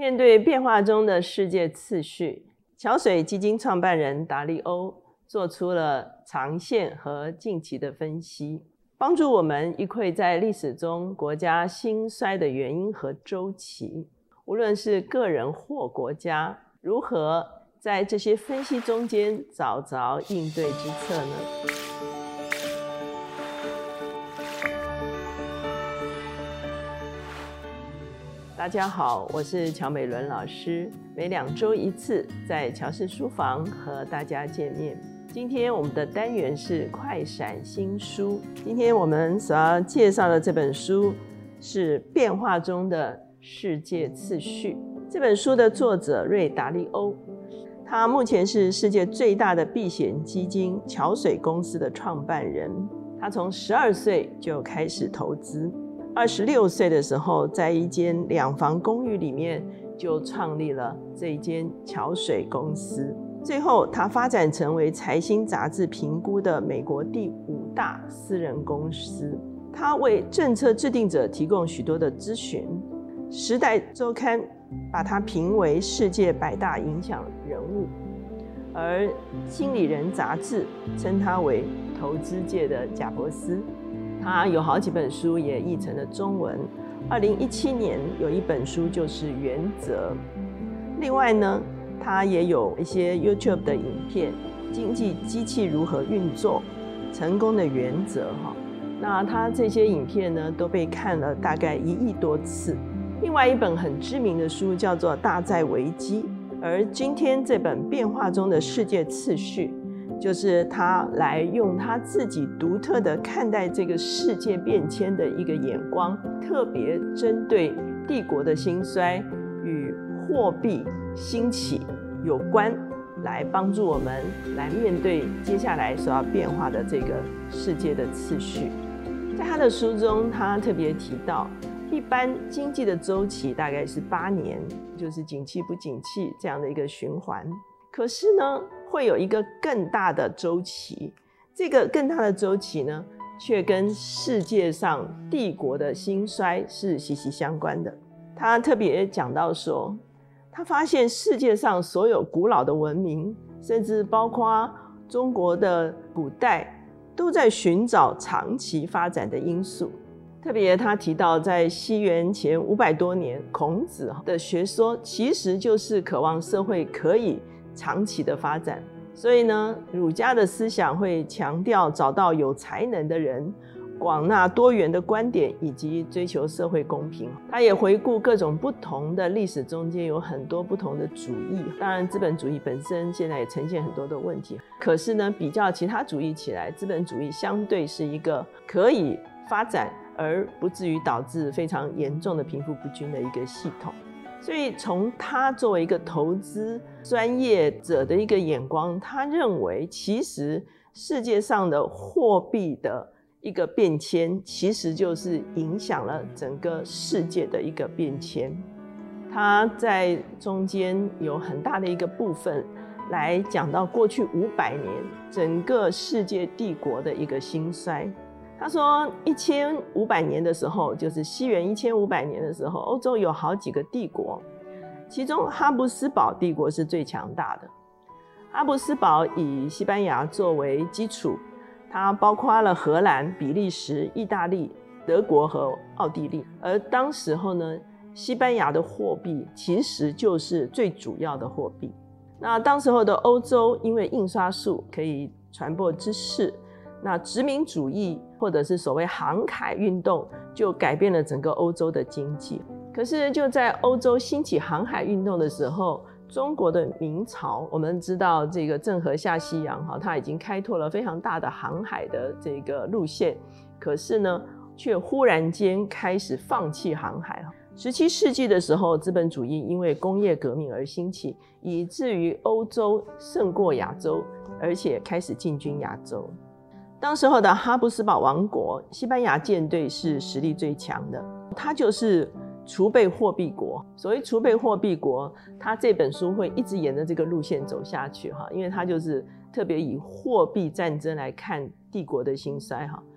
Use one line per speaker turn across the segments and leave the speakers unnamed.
面对变化中的世界次序，桥水基金创办人达利欧做出了长线和近期的分析，帮助我们一窥在历史中国家兴衰的原因和周期。无论是个人或国家，如何在这些分析中间找着应对之策呢？大家好，我是乔美伦老师，每2周一次在乔氏书房和大家见面。今天我们的单元是快闪新书，今天我们所要介绍的这本书是《变化中的世界次序》。这本书的作者瑞达利欧，他目前是世界最大的避险基金桥水公司的创办人。他从12岁就开始投资，26岁的时候，在一间2房公寓里面就创立了这一间桥水公司。最后他发展成为财新杂志评估的美国第5大私人公司。他为政策制定者提供许多的咨询。时代周刊把他评为世界100大影响人物，而经理人杂志称他为投资界的贾伯斯。他有好几本书也译成了中文，2017年有一本书就是《原则》。另外呢，他也有一些 YouTube 的影片，经济机器如何运作，成功的原则。那他这些影片呢都被看了大概1亿多次。另外一本很知名的书叫做《大债危机》，而今天这本《变化中的世界次序》就是他来用他自己独特的看待这个世界变迁的一个眼光，特别针对帝国的兴衰与货币兴起有关，来帮助我们来面对接下来所要变化的这个世界的次序。在他的书中，他特别提到，一般经济的周期大概是8年，就是景气不景气这样的一个循环。可是呢，会有一个更大的周期，这个更大的周期呢，却跟世界上帝国的兴衰是息息相关的。他特别讲到说，他发现世界上所有古老的文明，甚至包括中国的古代，都在寻找长期发展的因素。特别他提到，在西元前500多年，孔子的学说其实就是渴望社会可以长期的发展。所以呢，儒家的思想会强调找到有才能的人，广纳多元的观点，以及追求社会公平。他也回顾各种不同的历史中间有很多不同的主义，当然资本主义本身现在也呈现很多的问题，可是呢，比较其他主义起来，资本主义相对是一个可以发展而不至于导致非常严重的贫富不均的一个系统。所以从他作为一个投资专业者的一个眼光，他认为其实世界上的货币的一个变迁，其实就是影响了整个世界的一个变迁。他在中间有很大的一个部分来讲到过去500年整个世界帝国的一个兴衰。他说1500年的时候，就是西元1500年的时候，欧洲有好几个帝国，其中哈布斯堡帝国是最强大的。哈布斯堡以西班牙作为基础，它包括了荷兰、比利时、意大利、德国和奥地利。而当时候呢，西班牙的货币其实就是最主要的货币。那当时候的欧洲因为印刷术可以传播知识，那殖民主义或者是所谓航海运动就改变了整个欧洲的经济。可是就在欧洲兴起航海运动的时候，中国的明朝，我们知道这个郑和下西洋，它已经开拓了非常大的航海的这个路线，可是呢，却忽然间开始放弃航海。17世纪的时候，资本主义因为工业革命而兴起，以至于欧洲胜过亚洲，而且开始进军亚洲。当时候的哈布斯堡王国，西班牙舰队是实力最强的，它就是储备货币国。所谓储备货币国，它这本书会一直沿着这个路线走下去，因为它就是特别以货币战争来看帝国的兴衰。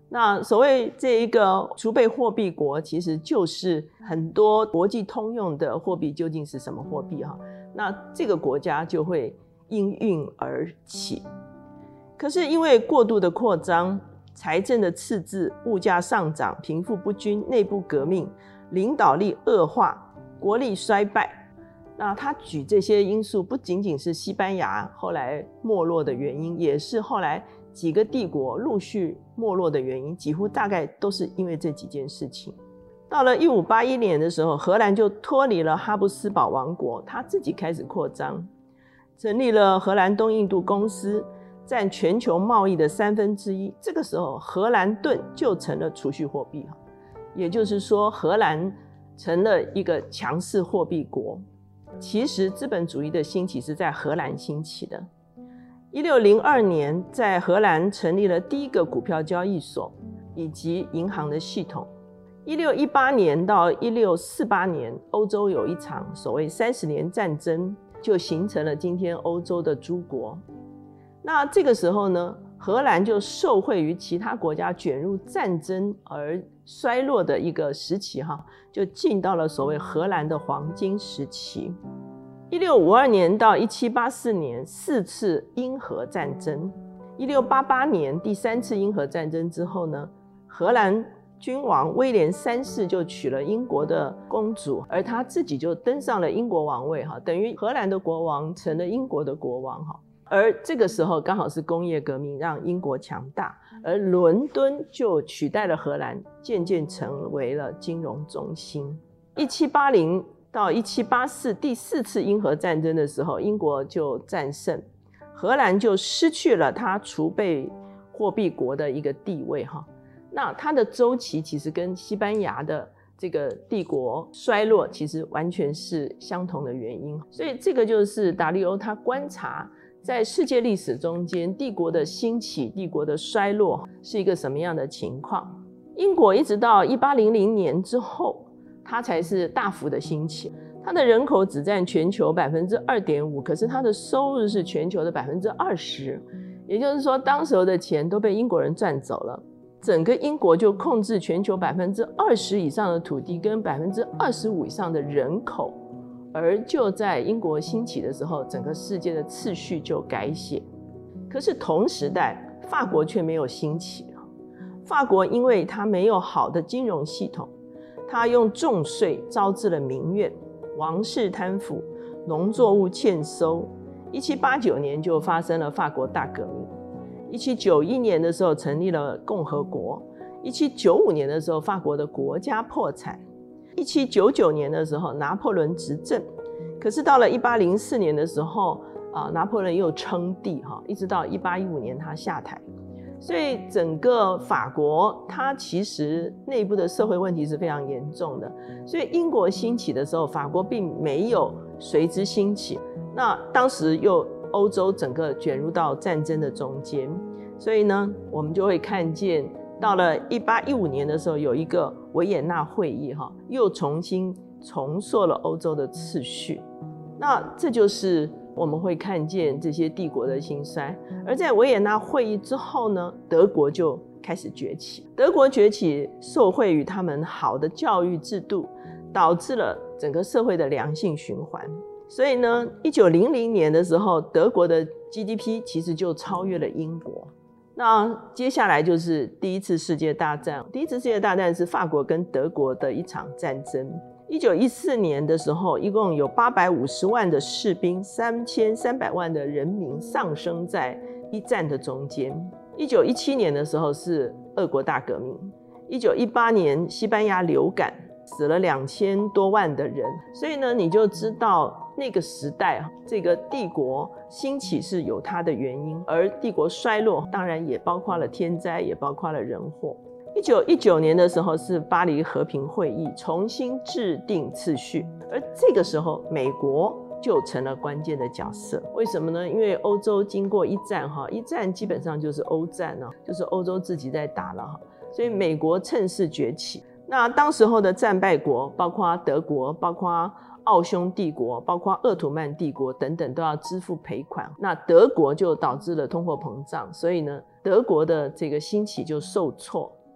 那所谓这一个储备货币国，其实就是很多国际通用的货币究竟是什么货币那这个国家就会应运而起。可是因为过度的扩张、财政的赤字、物价上涨、贫富不均、内部革命、领导力恶化、国力衰败，那他举这些因素不仅仅是西班牙后来没落的原因，也是后来几个帝国陆续没落的原因，几乎大概都是因为这几件事情。到了1581年的时候，荷兰就脱离了哈布斯堡王国，他自己开始扩张，成立了荷兰东印度公司，占全球贸易的1/3。这个时候荷兰盾就成了储蓄货币，也就是说荷兰成了一个强势货币国。其实资本主义的兴起是在荷兰兴起的。1602年在荷兰成立了第一个股票交易所以及银行的系统。1618年到1648年，欧洲有一场所谓30年战争，就形成了今天欧洲的诸国。那这个时候呢，荷兰就受惠于其他国家卷入战争而衰落的一个时期就进到了所谓荷兰的黄金时期。1652年到1784年4次英荷战争。1688年第3次英荷战争之后呢，荷兰君王威廉3世就娶了英国的公主，而他自己就登上了英国王位，等于荷兰的国王成了英国的国王。而这个时候刚好是工业革命让英国强大，而伦敦就取代了荷兰，渐渐成为了金融中心。1780到1784第4次英荷战争的时候，英国就战胜，荷兰就失去了它储备货币国的一个地位。那它的周期其实跟西班牙的这个帝国衰落其实完全是相同的原因。所以这个就是达利欧他观察在世界历史中间帝国的兴起、帝国的衰落是一个什么样的情况。英国一直到1800年之后，它才是大幅的兴起。它的人口只占全球 2.5%， 可是它的收入是全球的 20%。 也就是说当时候的钱都被英国人赚走了，整个英国就控制全球 20% 以上的土地跟 25% 以上的人口。而就在英国兴起的时候，整个世界的次序就改写。可是同时代法国却没有兴起。法国因为它没有好的金融系统，它用重税招致了民怨，王室贪腐，农作物欠收。1789年就发生了法国大革命。1791年的时候成立了共和国。1795年的时候法国的国家破产。1799年的时候拿破仑执政。可是到了1804年的时候拿破仑又称帝一直到1815年他下台。所以整个法国它其实内部的社会问题是非常严重的。所以英国兴起的时候，法国并没有随之兴起。那当时又欧洲整个卷入到战争的中间，所以呢我们就会看见到了1815年的时候有一个维也纳会议又重新重塑了欧洲的次序。那这就是我们会看见这些帝国的兴衰。而在维也纳会议之后呢，德国就开始崛起。德国崛起受惠于他们好的教育制度，导致了整个社会的良性循环。所以呢1900年的时候，德国的 GDP 其实就超越了英国。那接下来就是第一次世界大战。第一次世界大战是法国跟德国的一场战争。1914年的时候，一共有850万的士兵，3300万的人民丧生在一战的中间。1917年的时候是俄国大革命。1918年西班牙流感，死了2000多万的人。所以呢你就知道那个时代这个帝国兴起是有它的原因，而帝国衰落当然也包括了天灾，也包括了人祸。1919年的时候是巴黎和平会议，重新制定次序。而这个时候美国就成了关键的角色。为什么呢？因为欧洲经过一战一战基本上就是欧战就是欧洲自己在打了所以美国趁势崛起。那当时候的战败国包括德国，包括奥匈帝国，包括鄂图曼帝国等等都要支付赔款。那德国就导致了通货膨胀，所以呢德国的这个兴起就受挫。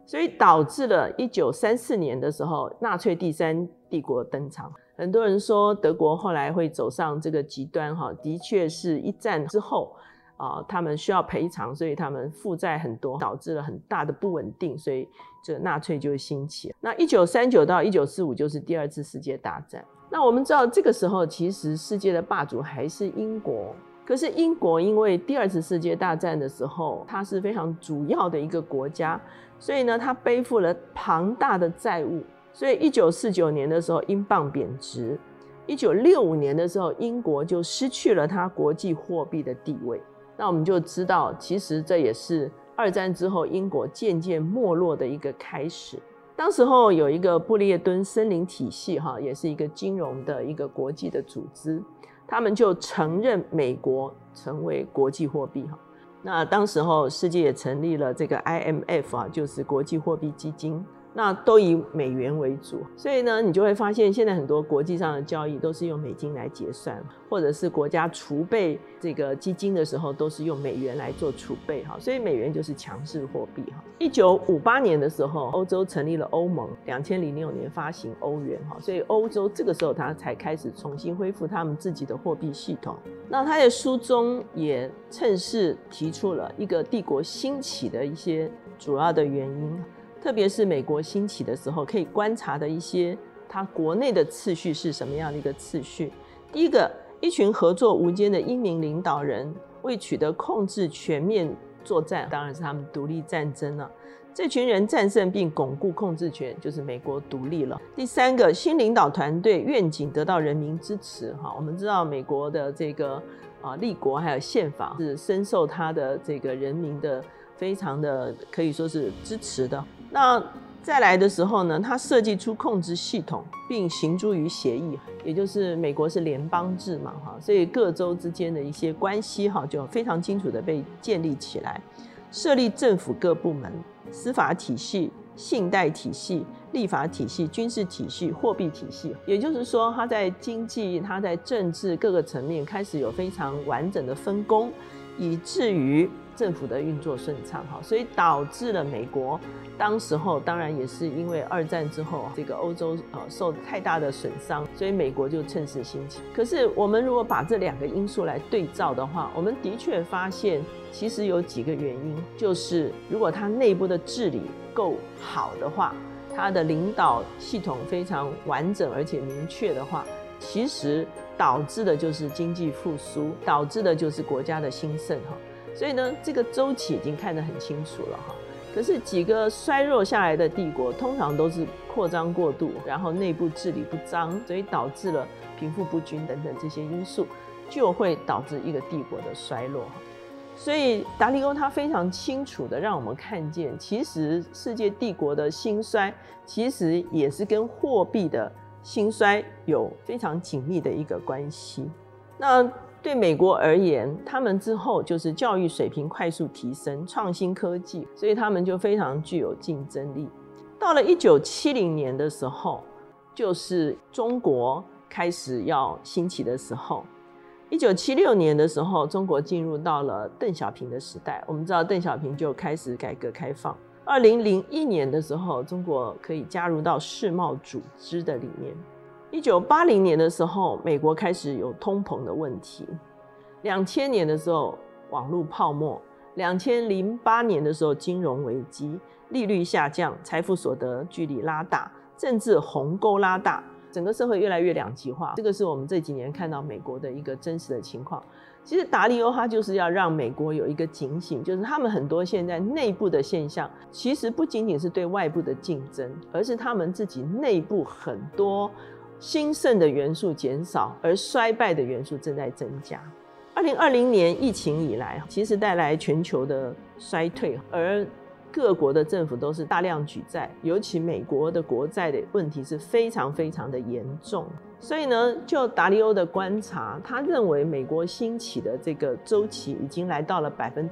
所以导致了1934年的时候，纳粹第三帝国登场。很多人说德国后来会走上这个极端，的确是一战之后他们需要赔偿，所以他们负债很多，导致了很大的不稳定，所以这纳粹就兴起。那1939到1945就是第二次世界大战。那我们知道这个时候其实世界的霸主还是英国，可是英国因为第二次世界大战的时候它是非常主要的一个国家，所以呢它背负了庞大的债务，所以1949年的时候英镑贬值，1965年的时候英国就失去了它国际货币的地位。那我们就知道其实这也是二战之后英国渐渐没落的一个开始。当时候有一个布列顿森林体系也是一个金融的一个国际的组织，他们就承认美国成为国际货币。那当时候世界也成立了这个 IMF 就是国际货币基金，那都以美元为主，所以呢你就会发现现在很多国际上的交易都是用美金来结算，或者是国家储备这个基金的时候都是用美元来做储备，所以美元就是强势货币。1958年的时候欧洲成立了欧盟，2006年发行欧元，所以欧洲这个时候它才开始重新恢复他们自己的货币系统。那他在书中也趁势提出了一个帝国兴起的一些主要的原因，特别是美国兴起的时候可以观察的一些它国内的次序是什么样的一个次序。第一个，一群合作无间的英明领导人为取得控制全面作战，当然是他们独立战争了。这群人战胜并巩固控制权，就是美国独立了。第三个，新领导团队愿景得到人民支持。我们知道美国的这个立国还有宪法是深受他的这个人民的非常的可以说是支持的。那再来的时候呢，他设计出控制系统并行诸于协议，也就是美国是联邦制嘛，所以各州之间的一些关系就非常清楚的被建立起来，设立政府各部门、司法体系、信贷体系、立法体系、军事体系、货币体系，也就是说他在经济、他在政治各个层面开始有非常完整的分工，以至于政府的运作顺畅，所以导致了美国当时候当然也是因为二战之后这个欧洲受太大的损伤，所以美国就趁势兴起。可是我们如果把这两个因素来对照的话，我们的确发现其实有几个原因，就是如果它内部的治理够好的话，它的领导系统非常完整而且明确的话，其实导致的就是经济复苏，导致的就是国家的兴盛。所以呢，这个周期已经看得很清楚了。可是几个衰弱下来的帝国通常都是扩张过度，然后内部治理不彰，所以导致了贫富不均等等这些因素，就会导致一个帝国的衰落。所以达利欧他非常清楚的让我们看见，其实世界帝国的兴衰其实也是跟货币的兴衰有非常紧密的一个关系。那对美国而言，他们之后就是教育水平快速提升，创新科技，所以他们就非常具有竞争力。到了1970年的时候，就是中国开始要兴起的时候。1976年的时候，中国进入到了邓小平的时代，我们知道邓小平就开始改革开放。2001年的时候，中国可以加入到世贸组织的里面。1980年的时候，美国开始有通膨的问题。2000年的时候，网络泡沫。2008年的时候，金融危机，利率下降，财富所得距离拉大，政治鸿沟拉大，整个社会越来越两极化。这个是我们这几年看到美国的一个真实的情况。其实达利欧他就是要让美国有一个警醒，就是他们很多现在内部的现象，其实不仅仅是对外部的竞争，而是他们自己内部很多兴盛的元素减少，而衰败的元素正在增加。2020年疫情以来，其实带来全球的衰退，而各国的政府都是大量举债，尤其美国的国债的问题是非常非常的严重。所以呢，就达利欧的观察，他认为美国兴起的这个周期已经来到了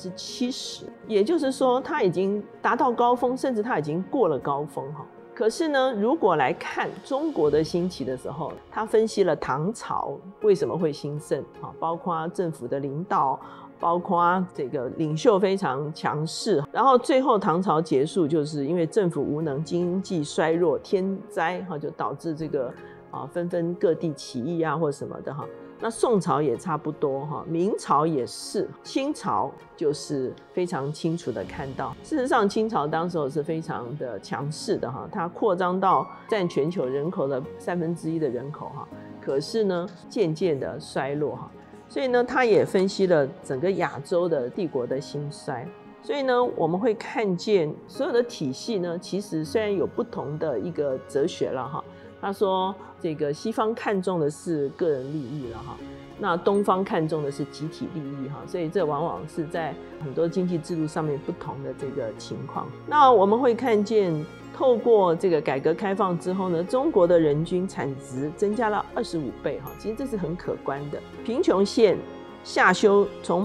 70%，也就是说它已经达到高峰，甚至它已经过了高峰。可是呢，如果来看中国的兴起的时候，他分析了唐朝为什么会兴盛，包括政府的领导， 包括这个领袖非常强势，然后最后唐朝结束，就是因为政府无能、经济衰弱、天灾就导致这个纷纷各地起义啊或什么的哈。那宋朝也差不多哈，明朝也是，清朝就是非常清楚的看到，事实上清朝当时候是非常的强势的哈，它扩张到占全球人口的1/3的人口哈，可是呢渐渐的衰落哈，所以呢他也分析了整个亚洲的帝国的兴衰。所以呢我们会看见所有的体系呢其实虽然有不同的一个哲学了哈，他说这个西方看重的是个人利益了哈，那东方看重的是集体利益哈，所以这往往是在很多经济制度上面不同的这个情况。那我们会看见透过这个改革开放之后呢，中国的人均产值增加了25倍哈，其实这是很可观的。贫穷线下修从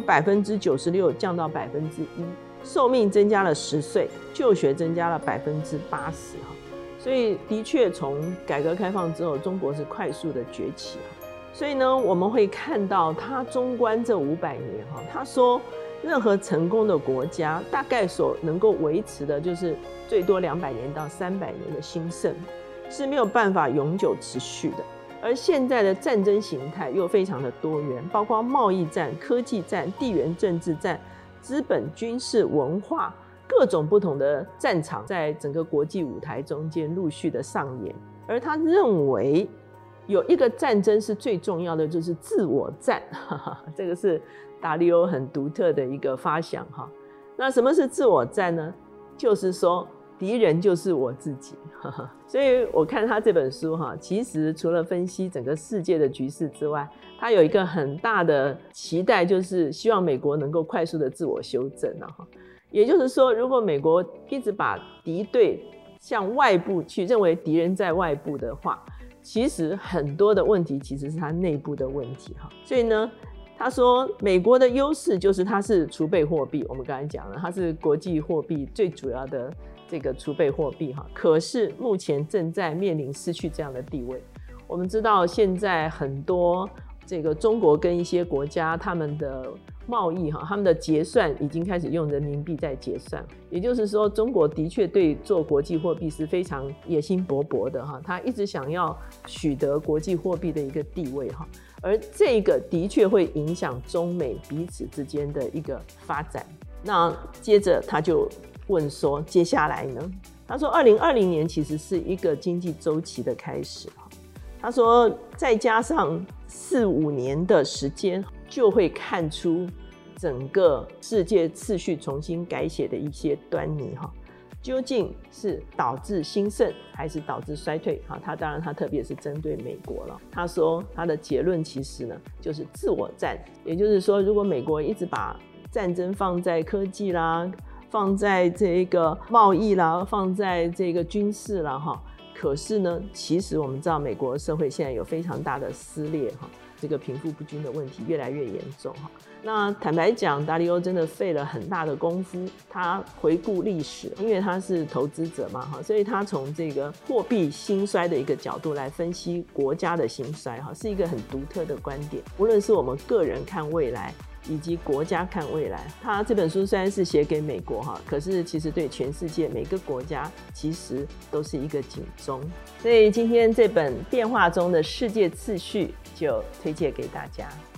96%降到1%，寿命增加了10岁，就学增加了80%哈。所以的确从改革开放之后，中国是快速的崛起。所以呢我们会看到他纵观这500年，他说任何成功的国家大概所能够维持的就是最多200年到300年的兴盛，是没有办法永久持续的。而现在的战争形态又非常的多元，包括贸易战、科技战、地缘政治战、资本、军事、文化，各种不同的战场在整个国际舞台中间陆续的上演。而他认为有一个战争是最重要的，就是自我战这个是达利欧很独特的一个发想哈。那什么是自我战呢？就是说敌人就是我自己所以我看他这本书哈，其实除了分析整个世界的局势之外，他有一个很大的期待，就是希望美国能够快速的自我修正也就是说，如果美国一直把敌对向外部去，认为敌人在外部的话，其实很多的问题其实是它内部的问题所以呢他说美国的优势就是它是储备货币，我们刚才讲了，它是国际货币最主要的这个储备货币可是目前正在面临失去这样的地位。我们知道现在很多这个中国跟一些国家他们的贸易他们的结算已经开始用人民币在结算，也就是说中国的确对做国际货币是非常野心勃勃的他一直想要取得国际货币的一个地位而这个的确会影响中美彼此之间的一个发展。那接着他就问说接下来呢，他说2020年其实是一个经济周期的开始，他说再加上4-5年的时间，就会看出整个世界次序重新改写的一些端倪究竟是导致兴盛还是导致衰退他当然他特别是针对美国了。他说他的结论其实呢就是自我战，也就是说如果美国一直把战争放在科技啦，放在这个贸易啦，放在这个军事啦可是呢其实我们知道美国社会现在有非常大的撕裂这个贫富不均的问题越来越严重那坦白讲达利欧真的费了很大的功夫，他回顾历史，因为他是投资者嘛所以他从这个货币兴衰的一个角度来分析国家的兴衰是一个很独特的观点。无论是我们个人看未来以及国家看未来，他这本书虽然是写给美国可是其实对全世界每个国家其实都是一个警钟。所以今天这本变化中的世界次序就推荐给大家。